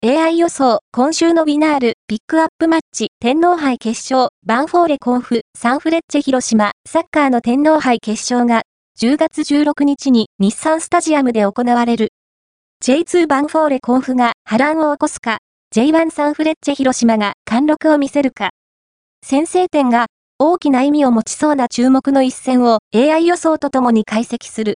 AI 予想、今週のウィナール、ピックアップマッチ、天皇杯決勝、バンフォーレ甲府、サンフレッチェ広島、サッカーの天皇杯決勝が、10月16日に日産スタジアムで行われる。J2 バンフォーレ甲府が波乱を起こすか、J1 サンフレッチェ広島が貫禄を見せるか。先制点が大きな意味を持ちそうな注目の一戦を AI 予想とともに解析する。